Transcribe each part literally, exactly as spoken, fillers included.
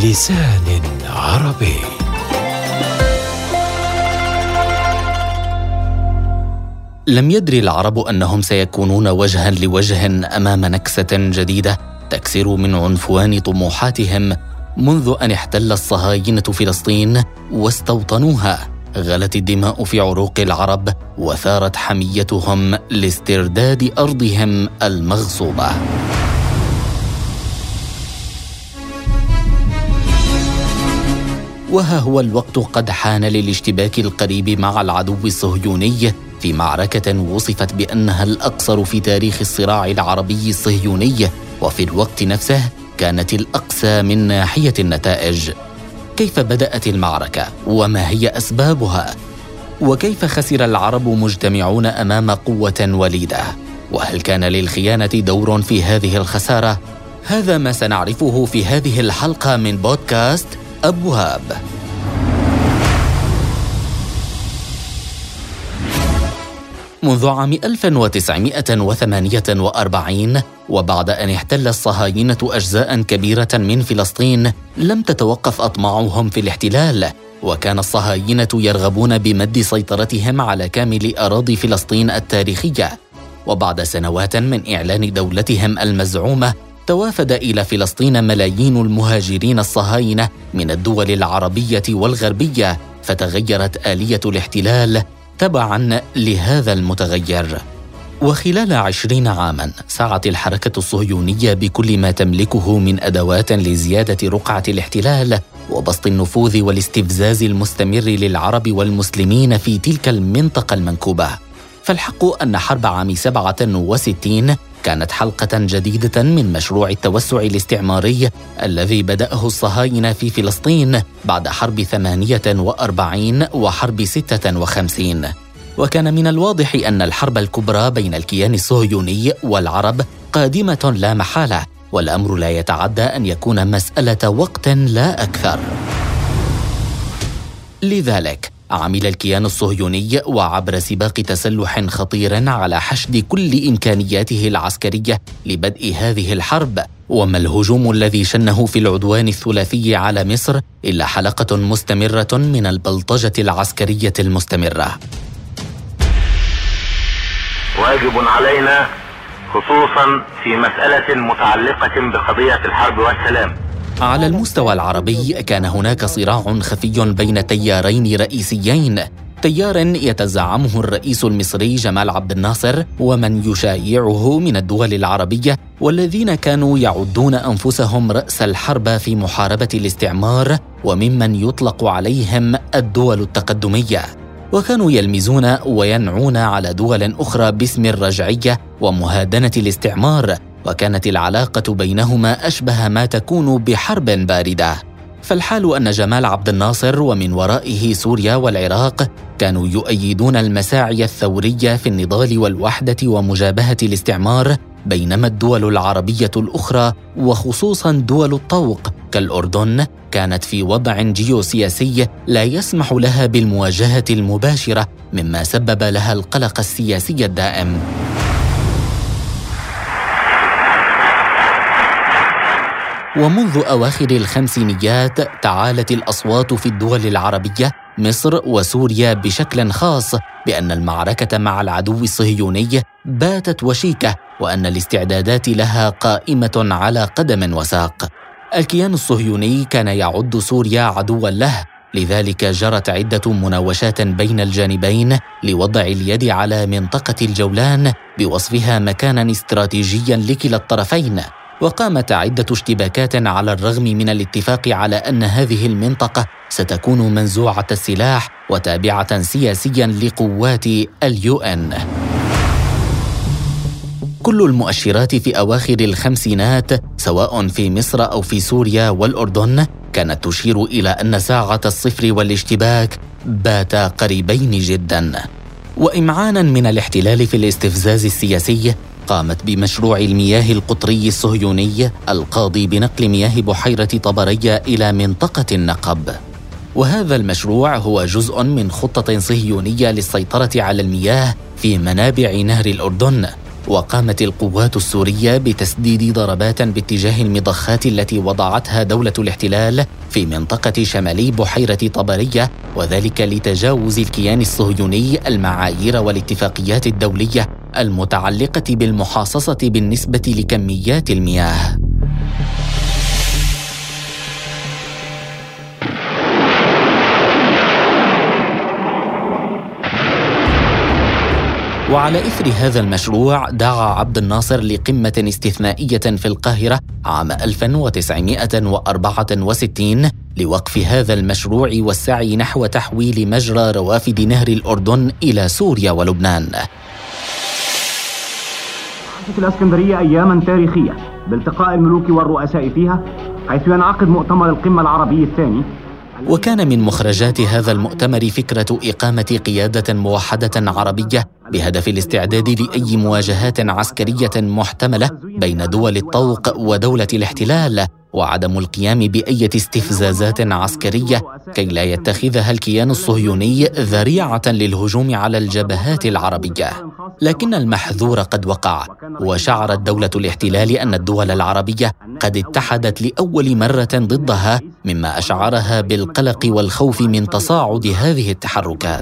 بلسان عربي. لم يدري العرب أنهم سيكونون وجها لوجه أمام نكسة جديدة تكسر من عنفوان طموحاتهم. منذ أن احتل الصهاينة فلسطين واستوطنوها، غلت الدماء في عروق العرب وثارت حميتهم لاسترداد أرضهم المغصوبة. وها هو الوقت قد حان للاشتباك القريب مع العدو الصهيوني في معركة وصفت بأنها الأقصر في تاريخ الصراع العربي الصهيوني، وفي الوقت نفسه كانت الأقسى من ناحية النتائج. كيف بدأت المعركة؟ وما هي أسبابها؟ وكيف خسر العرب مجتمعون أمام قوة وليدة؟ وهل كان للخيانة دور في هذه الخسارة؟ هذا ما سنعرفه في هذه الحلقة من بودكاست أبواب. منذ عام ألف وتسعمائة وثمانية وأربعين، وبعد أن احتل الصهاينة أجزاء كبيرة من فلسطين، لم تتوقف أطماعهم في الاحتلال، وكان الصهاينة يرغبون بمد سيطرتهم على كامل أراضي فلسطين التاريخية. وبعد سنوات من إعلان دولتهم المزعومة، توافد إلى فلسطين ملايين المهاجرين الصهاينة من الدول العربية والغربية، فتغيرت آلية الاحتلال تبعاً لهذا المتغير. وخلال عشرين عاماً سعت الحركة الصهيونية بكل ما تملكه من أدوات لزيادة رقعة الاحتلال وبسط النفوذ والاستفزاز المستمر للعرب والمسلمين في تلك المنطقة المنكوبة. فالحق أن حرب عام سبعة وستين كانت حلقة جديدة من مشروع التوسع الاستعماري الذي بدأه الصهاينة في فلسطين بعد حرب ثمانية وأربعين وحرب ستة وخمسين. وكان من الواضح أن الحرب الكبرى بين الكيان الصهيوني والعرب قادمة لا محالة، والأمر لا يتعدى أن يكون مسألة وقت لا أكثر. لذلك عمل الكيان الصهيوني وعبر سباق تسلح خطير على حشد كل إمكانياته العسكرية لبدء هذه الحرب. وما الهجوم الذي شنه في العدوان الثلاثي على مصر إلا حلقة مستمرة من البلطجة العسكرية المستمرة. واجب علينا خصوصاً في مسألة متعلقة بقضية الحرب والسلام. على المستوى العربي كان هناك صراع خفي بين تيارين رئيسيين، تيار يتزعمه الرئيس المصري جمال عبد الناصر ومن يشايعه من الدول العربية، والذين كانوا يعدون أنفسهم رأس الحرب في محاربة الاستعمار وممن يطلق عليهم الدول التقدمية، وكانوا يلمزون وينعون على دول أخرى باسم الرجعية ومهادنة الاستعمار، وكانت العلاقة بينهما أشبه ما تكون بحرب باردة. فالحال أن جمال عبد الناصر ومن ورائه سوريا والعراق كانوا يؤيدون المساعي الثورية في النضال والوحدة ومجابهة الاستعمار، بينما الدول العربية الأخرى وخصوصاً دول الطوق كالأردن كانت في وضع جيوسياسي لا يسمح لها بالمواجهة المباشرة، مما سبب لها القلق السياسي الدائم. ومنذ أواخر الخمسينيات تعالت الأصوات في الدول العربية، مصر وسوريا بشكل خاص، بأن المعركة مع العدو الصهيوني باتت وشيكة، وأن الاستعدادات لها قائمة على قدم وساق. الكيان الصهيوني كان يعد سوريا عدواً له، لذلك جرت عدة مناوشات بين الجانبين لوضع اليد على منطقة الجولان بوصفها مكاناً استراتيجياً لكلا الطرفين. وقامت عدة اشتباكات على الرغم من الاتفاق على أن هذه المنطقة ستكون منزوعة السلاح وتابعة سياسياً لقوات اليو إن. كل المؤشرات في أواخر الخمسينات سواء في مصر أو في سوريا والأردن كانت تشير إلى أن ساعة الصفر والاشتباك باتا قريبين جداً. وإمعاناً من الاحتلال في الاستفزاز السياسي، قامت بمشروع المياه القطري الصهيوني القاضي بنقل مياه بحيرة طبرية إلى منطقة النقب. وهذا المشروع هو جزء من خطة صهيونية للسيطرة على المياه في منابع نهر الأردن. وقامت القوات السورية بتسديد ضربات باتجاه المضخات التي وضعتها دولة الاحتلال في منطقة شمالي بحيرة طبرية، وذلك لتجاوز الكيان الصهيوني المعايير والاتفاقيات الدولية المتعلقة بالمحاصصة بالنسبة لكميات المياه. وعلى إثر هذا المشروع دعا عبد الناصر لقمة استثنائية في القاهرة عام ألف وتسعمائة وأربعة وستين لوقف هذا المشروع والسعي نحو تحويل مجرى روافد نهر الأردن إلى سوريا ولبنان. عاشت الإسكندرية أياماً تاريخية بالتقاء الملوك والرؤساء فيها، حيث ينعقد مؤتمر القمة العربي الثاني. وكان من مخرجات هذا المؤتمر فكرة إقامة قيادة موحدة عربية بهدف الاستعداد لأي مواجهات عسكرية محتملة بين دول الطوق ودولة الاحتلال، وعدم القيام بأي استفزازات عسكرية كي لا يتخذها الكيان الصهيوني ذريعة للهجوم على الجبهات العربية. لكن المحذور قد وقع، وشعرت دولة الاحتلال أن الدول العربية قد اتحدت لأول مرة ضدها، مما أشعرها بالقلق والخوف من تصاعد هذه التحركات.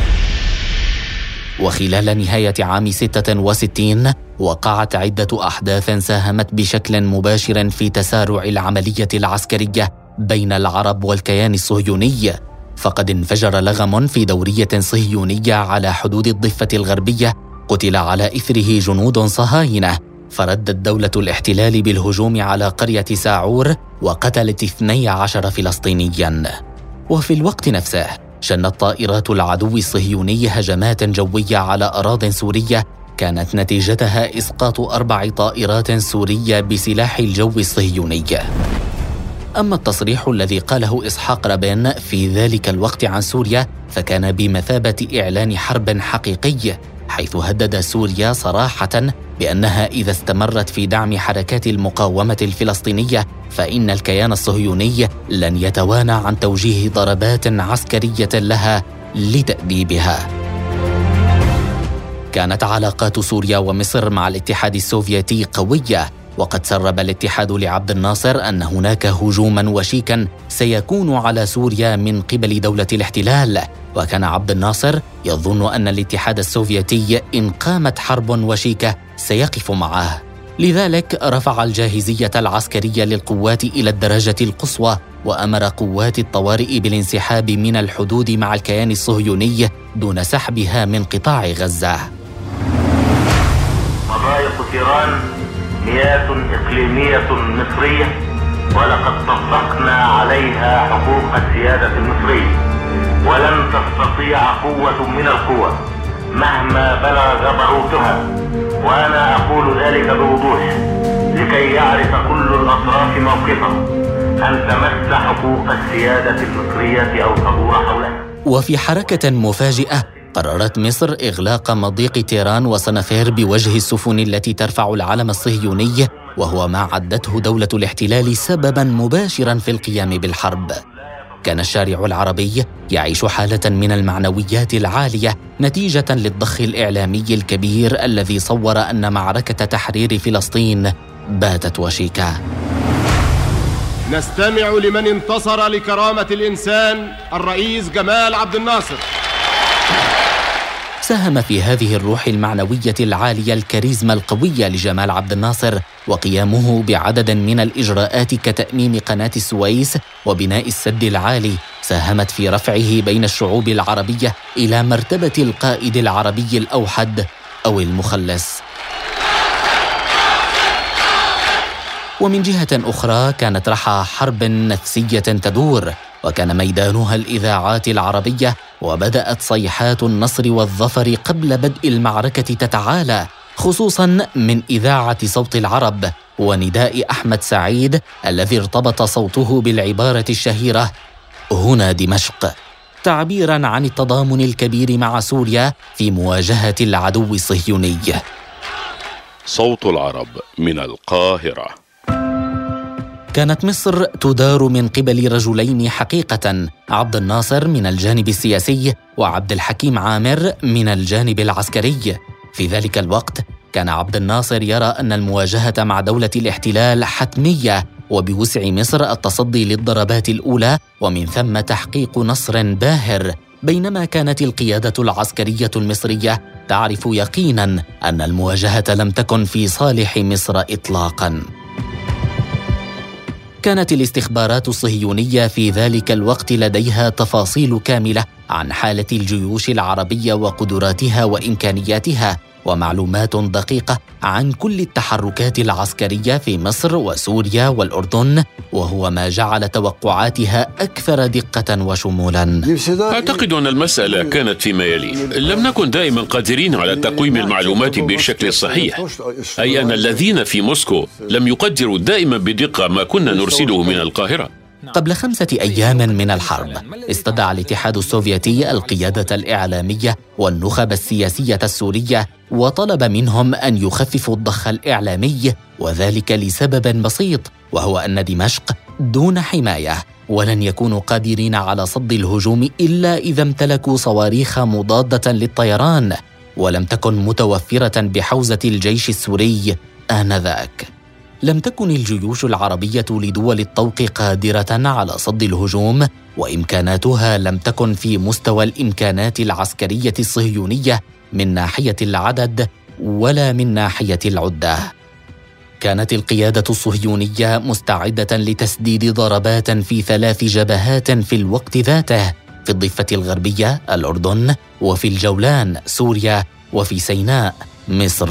وخلال نهاية عام ستة وستين وقعت عدة أحداث ساهمت بشكل مباشر في تسارع العملية العسكرية بين العرب والكيان الصهيوني، فقد انفجر لغم في دورية صهيونية على حدود الضفة الغربية قتل على إثره جنود صهاينة، فردت دولة الاحتلال بالهجوم على قرية ساعور وقتلت اثني عشر فلسطينياً. وفي الوقت نفسه شنت طائرات العدو الصهيوني هجمات جوية على أراضٍ سورية كانت نتيجتها إسقاط أربع طائرات سورية بسلاح الجو الصهيوني. أما التصريح الذي قاله إسحاق رابين في ذلك الوقت عن سوريا فكان بمثابة إعلان حرب حقيقي، حيث هدد سوريا صراحة بأنها إذا استمرت في دعم حركات المقاومة الفلسطينية فإن الكيان الصهيوني لن يتوانى عن توجيه ضربات عسكرية لها لتأديبها. كانت علاقات سوريا ومصر مع الاتحاد السوفيتي قوية، وقد سرب الاتحاد لعبد الناصر أن هناك هجوماً وشيكاً سيكون على سوريا من قبل دولة الاحتلال، وكان عبد الناصر يظن أن الاتحاد السوفيتي إن قامت حرب وشيكة سيقف معه. لذلك رفع الجاهزية العسكرية للقوات إلى الدرجة القصوى، وأمر قوات الطوارئ بالانسحاب من الحدود مع الكيان الصهيوني دون سحبها من قطاع غزة. مضايق تيران مياه إقليمية مصرية، ولقد طبقنا عليها حقوق السيادة المصرية، ولن تستطيع قوة من القوى مهما بلغ جبروتها، وأنا أقول ذلك بوضوح لكي يعرف كل الأطراف موقفه أن تمس حقوق السيادة المصرية أو تدور حولها. وفي حركة مفاجئة قررت مصر إغلاق مضيق تيران وصنافير بوجه السفن التي ترفع العلم الصهيوني، وهو ما عدته دولة الاحتلال سبباً مباشراً في القيام بالحرب. كان الشارع العربي يعيش حالة من المعنويات العالية نتيجة للضخ الإعلامي الكبير الذي صور أن معركة تحرير فلسطين باتت وشيكة. نستمع لمن انتصر لكرامة الإنسان، الرئيس جمال عبد الناصر. ساهم في هذه الروح المعنوية العالية الكاريزما القوية لجمال عبد الناصر وقيامه بعدد من الإجراءات كتأميم قناة السويس وبناء السد العالي، ساهمت في رفعه بين الشعوب العربية إلى مرتبة القائد العربي الأوحد أو المخلص. ومن جهة أخرى كانت رحى حرب نفسية تدور، وكان ميدانها الإذاعات العربية، وبدأت صيحات النصر والظفر قبل بدء المعركة تتعالى، خصوصاً من إذاعة صوت العرب ونداء أحمد سعيد الذي ارتبط صوته بالعبارة الشهيرة هنا دمشق، تعبيراً عن التضامن الكبير مع سوريا في مواجهة العدو الصهيوني. صوت العرب من القاهرة. كانت مصر تدار من قبل رجلين حقيقة، عبد الناصر من الجانب السياسي وعبد الحكيم عامر من الجانب العسكري. في ذلك الوقت كان عبد الناصر يرى أن المواجهة مع دولة الاحتلال حتمية، وبوسع مصر التصدي للضربات الأولى ومن ثم تحقيق نصر باهر، بينما كانت القيادة العسكرية المصرية تعرف يقيناً أن المواجهة لم تكن في صالح مصر إطلاقاً. كانت الاستخبارات الصهيونية في ذلك الوقت لديها تفاصيل كاملة عن حالة الجيوش العربية وقدراتها وإمكانياتها، ومعلومات دقيقة عن كل التحركات العسكرية في مصر وسوريا والأردن، وهو ما جعل توقعاتها أكثر دقة وشمولاً. أعتقد أن المسألة كانت فيما يلي: لم نكن دائما قادرين على تقويم المعلومات بالشكل الصحيح، أي أن الذين في موسكو لم يقدروا دائما بدقة ما كنا نرسله من القاهرة. قبل خمسة أيام من الحرب استدعى الاتحاد السوفيتي القيادة الإعلامية والنخب السياسية السورية وطلب منهم أن يخففوا الضخ الإعلامي، وذلك لسبب بسيط، وهو أن دمشق دون حماية، ولن يكونوا قادرين على صد الهجوم إلا إذا امتلكوا صواريخ مضادة للطيران، ولم تكن متوفرة بحوزة الجيش السوري آنذاك. لم تكن الجيوش العربية لدول الطوق قادرة على صد الهجوم، وإمكاناتها لم تكن في مستوى الإمكانات العسكرية الصهيونية من ناحية العدد ولا من ناحية العدة. كانت القيادة الصهيونية مستعدة لتسديد ضربات في ثلاث جبهات في الوقت ذاته: في الضفة الغربية الأردن، وفي الجولان سوريا، وفي سيناء مصر.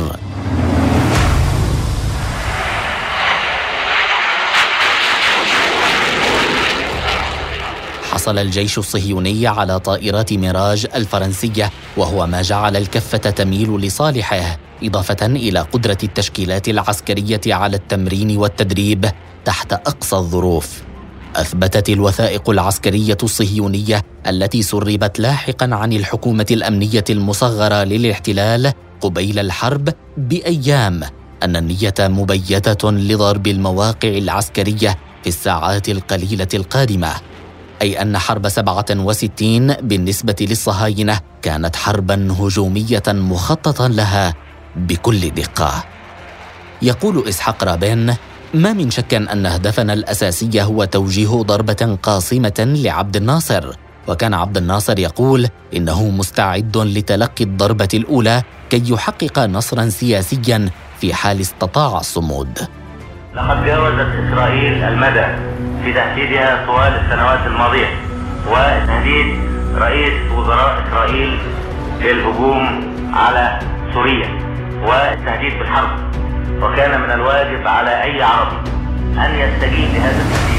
حصل الجيش الصهيوني على طائرات ميراج الفرنسية، وهو ما جعل الكفة تميل لصالحه، إضافة إلى قدرة التشكيلات العسكرية على التمرين والتدريب تحت أقصى الظروف. أثبتت الوثائق العسكرية الصهيونية التي سربت لاحقاً عن الحكومة الأمنية المصغرة للاحتلال قبيل الحرب بأيام أن النية مبيتة لضرب المواقع العسكرية في الساعات القليلة القادمة، أي أن حرب سبعة وستين بالنسبة للصهاينة كانت حرباً هجومية مخططاً لها بكل دقة. يقول إسحاق رابين: ما من شك أن هدفنا الأساسي هو توجيه ضربة قاصمة لعبد الناصر، وكان عبد الناصر يقول إنه مستعد لتلقي الضربة الأولى كي يحقق نصراً سياسياً في حال استطاع الصمود. لقد جاوزت إسرائيل المدى في تهديدها طوال السنوات الماضية، وتهديد رئيس وزراء إسرائيل للهجوم على سوريا والتهديد بالحرب، وكان من الواجب على أي عربي أن يستجيب لهذا التهديد.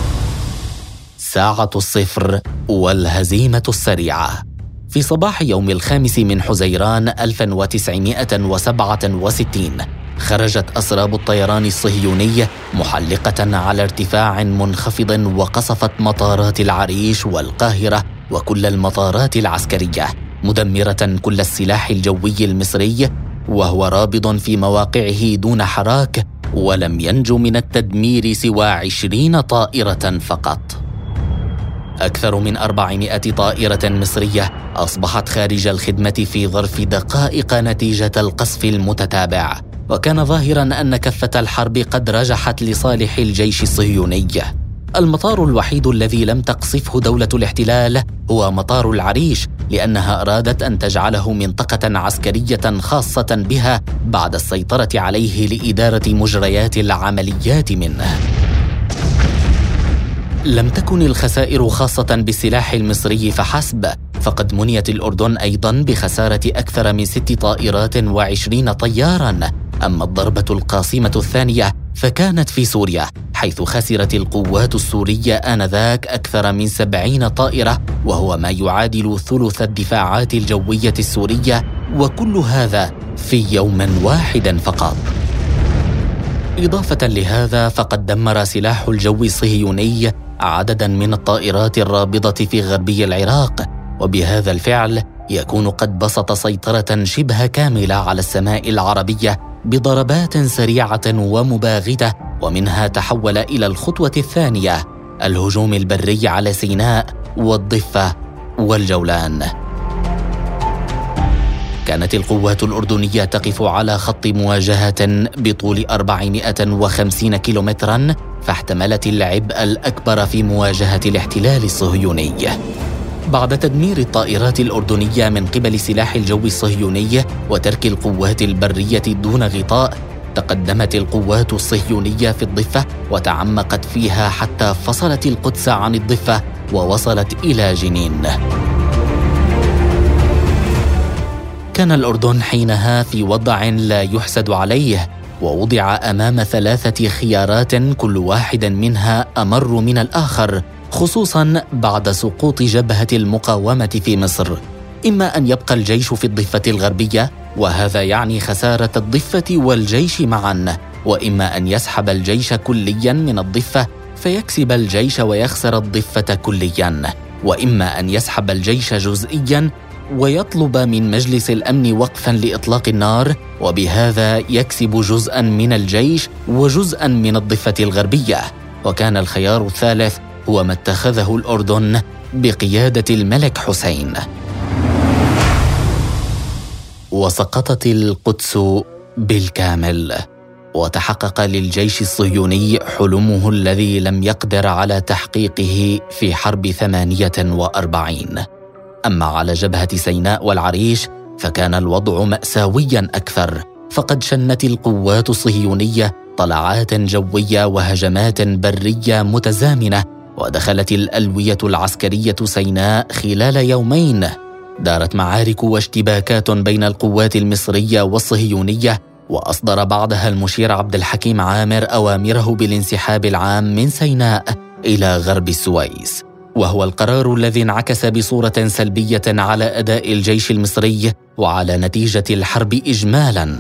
ساعة الصفر والهزيمة السريعة. في صباح يوم الخامس من حزيران ألف وتسعمائة وسبعة وستين خرجت أسراب الطيران الصهيوني محلقة على ارتفاع منخفض، وقصفت مطارات العريش والقاهرة وكل المطارات العسكرية، مدمرة كل السلاح الجوي المصري، وهو رابض في مواقعه دون حراك، ولم ينج من التدمير سوى عشرين طائرة فقط. أكثر من أربعمائة طائرة مصرية أصبحت خارج الخدمة في ظرف دقائق نتيجة القصف المتتابع، وكان ظاهراً أن كفة الحرب قد رجحت لصالح الجيش الصهيوني. المطار الوحيد الذي لم تقصفه دولة الاحتلال هو مطار العريش، لأنها أرادت أن تجعله منطقة عسكرية خاصة بها بعد السيطرة عليه لإدارة مجريات العمليات منه. لم تكن الخسائر خاصة بالسلاح المصري فحسب، فقد منيت الأردن أيضاً بخسارة أكثر من ست طائرات وعشرين طياراً. أما الضربة القاصمة الثانية فكانت في سوريا، حيث خسرت القوات السورية آنذاك أكثر من سبعين طائرة، وهو ما يعادل ثلث الدفاعات الجوية السورية، وكل هذا في يوم واحد فقط. إضافة لهذا فقد دمر سلاح الجو الصهيوني عدداً من الطائرات الرابضة في غربي العراق، وبهذا الفعل يكون قد بسط سيطرة شبه كاملة على السماء العربية بضربات سريعة ومباغتة، ومنها تحول إلى الخطوة الثانية: الهجوم البري على سيناء والضفة والجولان. كانت القوات الأردنية تقف على خط مواجهة بطول أربعمائة وخمسين كيلومتراً، فاحتملت العبء الأكبر في مواجهة الاحتلال الصهيوني. بعد تدمير الطائرات الأردنية من قبل سلاح الجو الصهيوني وترك القوات البرية دون غطاء، تقدمت القوات الصهيونية في الضفة وتعمقت فيها حتى فصلت القدس عن الضفة ووصلت إلى جنين. كان الأردن حينها في وضع لا يحسد عليه، ووضع أمام ثلاثة خيارات كل واحد منها أمر من الآخر، خصوصاً بعد سقوط جبهة المقاومة في مصر. إما أن يبقى الجيش في الضفة الغربية، وهذا يعني خسارة الضفة والجيش معاً، وإما أن يسحب الجيش كلياً من الضفة فيكسب الجيش ويخسر الضفة كلياً، وإما أن يسحب الجيش جزئياً ويطلب من مجلس الأمن وقفاً لإطلاق النار، وبهذا يكسب جزءاً من الجيش وجزءاً من الضفة الغربية. وكان الخيار الثالث هو ما اتخذه الأردن بقيادة الملك حسين. وسقطت القدس بالكامل، وتحقق للجيش الصهيوني حلمه الذي لم يقدر على تحقيقه في حرب ثمانية وأربعين. أما على جبهة سيناء والعريش فكان الوضع مأساوياً أكثر، فقد شنت القوات الصهيونية طلعات جوية وهجمات برية متزامنة، ودخلت الألوية العسكرية سيناء خلال يومين. دارت معارك واشتباكات بين القوات المصرية والصهيونية، وأصدر بعدها المشير عبد الحكيم عامر أوامره بالانسحاب العام من سيناء إلى غرب السويس، وهو القرار الذي انعكس بصورة سلبية على أداء الجيش المصري وعلى نتيجة الحرب إجمالاً.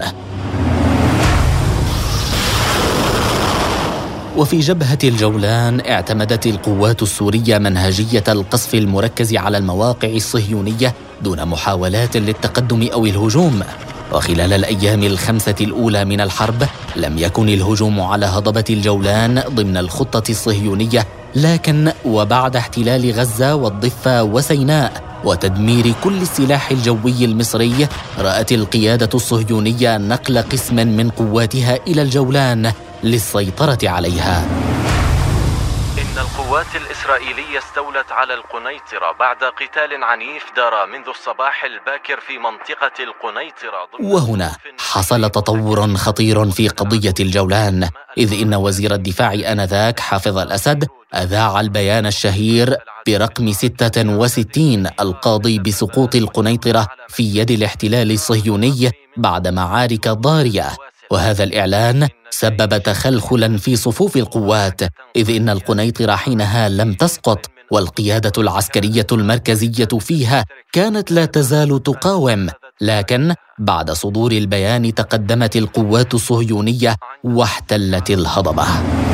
وفي جبهة الجولان اعتمدت القوات السورية منهجية القصف المركز على المواقع الصهيونية دون محاولات للتقدم أو الهجوم. وخلال الأيام الخمسة الأولى من الحرب لم يكن الهجوم على هضبة الجولان ضمن الخطة الصهيونية، لكن وبعد احتلال غزة والضفة وسيناء وتدمير كل السلاح الجوي المصري، رأت القيادة الصهيونية نقل قسم من قواتها إلى الجولان للسيطرة عليها. إن القوات الإسرائيلية استولت على القنيطرة بعد قتال عنيف دار منذ الصباح الباكر في منطقة القنيطرة. وهنا حصل تطور خطير في قضية الجولان، إذ إن وزير الدفاع آنذاك حافظ الأسد أذاع البيان الشهير برقم ستة وستين القاضي بسقوط القنيطرة في يد الاحتلال الصهيوني بعد معارك ضارية. وهذا الإعلان سبب تخلخلاً في صفوف القوات، إذ إن القنيطرة حينها لم تسقط، والقيادة العسكرية المركزية فيها كانت لا تزال تقاوم. لكن بعد صدور البيان تقدمت القوات الصهيونية واحتلت الهضبة.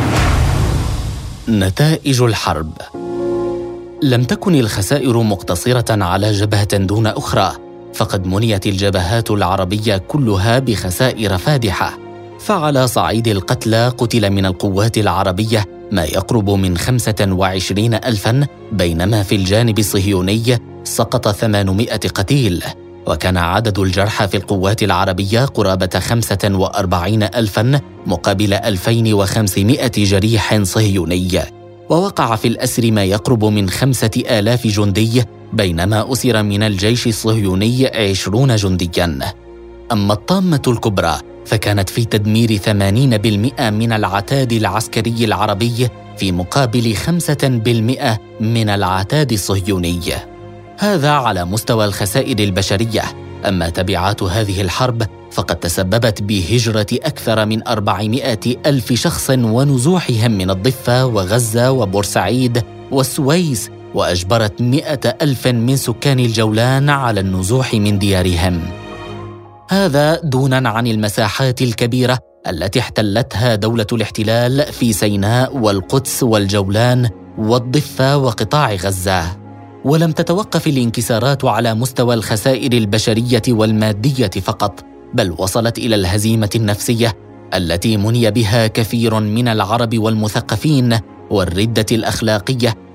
نتائج الحرب. لم تكن الخسائر مقتصرة على جبهة دون أخرى، فقد منيت الجبهات العربية كلها بخسائر فادحة. فعلى صعيد القتلى قتل من القوات العربية ما يقرب من خمسة وعشرين ألفاً، بينما في الجانب الصهيوني سقط ثمانمائة قتيل، وكان عدد الجرحى في القوات العربية قرابة خمسة وأربعين ألفاً مقابل ألفين وخمسمائة جريح صهيوني. ووقع في الأسر ما يقرب من خمسة آلاف جندي، بينما أسر من الجيش الصهيوني عشرون جندياً. أما الطامة الكبرى فكانت في تدمير ثمانين بالمئة من العتاد العسكري العربي في مقابل خمسة بالمئة من العتاد الصهيوني. هذا على مستوى الخسائر البشرية. أما تبعات هذه الحرب فقد تسببت بهجرة أكثر من أربعمائة ألف شخص ونزوحهم من الضفة وغزة وبورسعيد والسويس، وأجبرت مئة ألف من سكان الجولان على النزوح من ديارهم. هذا دونا عن المساحات الكبيرة التي احتلتها دولة الاحتلال في سيناء والقدس والجولان والضفة وقطاع غزة. ولم تتوقف الانكسارات على مستوى الخسائر البشرية والمادية فقط، بل وصلت إلى الهزيمة النفسية التي مني بها كثير من العرب والمثقفين، والردة الأخلاقية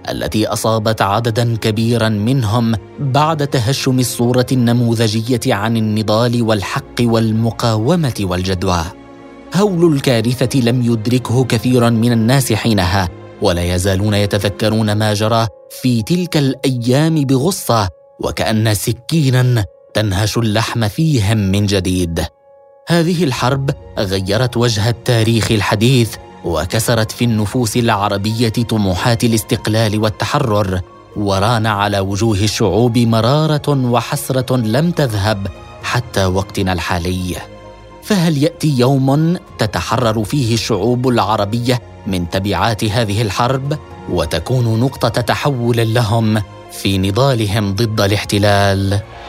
التي أصابت عدداً كبيراً منهم بعد تهشم الصورة النموذجية عن النضال والحق والمقاومة والجدوى. هول الكارثة لم يدركه كثيراً من الناس حينها، ولا يزالون يتذكرون ما جرى في تلك الأيام بغصة، وكأن سكيناً تنهش اللحم فيهم من جديد. هذه الحرب غيرت وجه التاريخ الحديث، وكسرت في النفوس العربية طموحات الاستقلال والتحرر، وران على وجوه الشعوب مرارة وحسرة لم تذهب حتى وقتنا الحالي. فهل يأتي يوم تتحرر فيه الشعوب العربية من تبعات هذه الحرب، وتكون نقطة تحول لهم في نضالهم ضد الاحتلال؟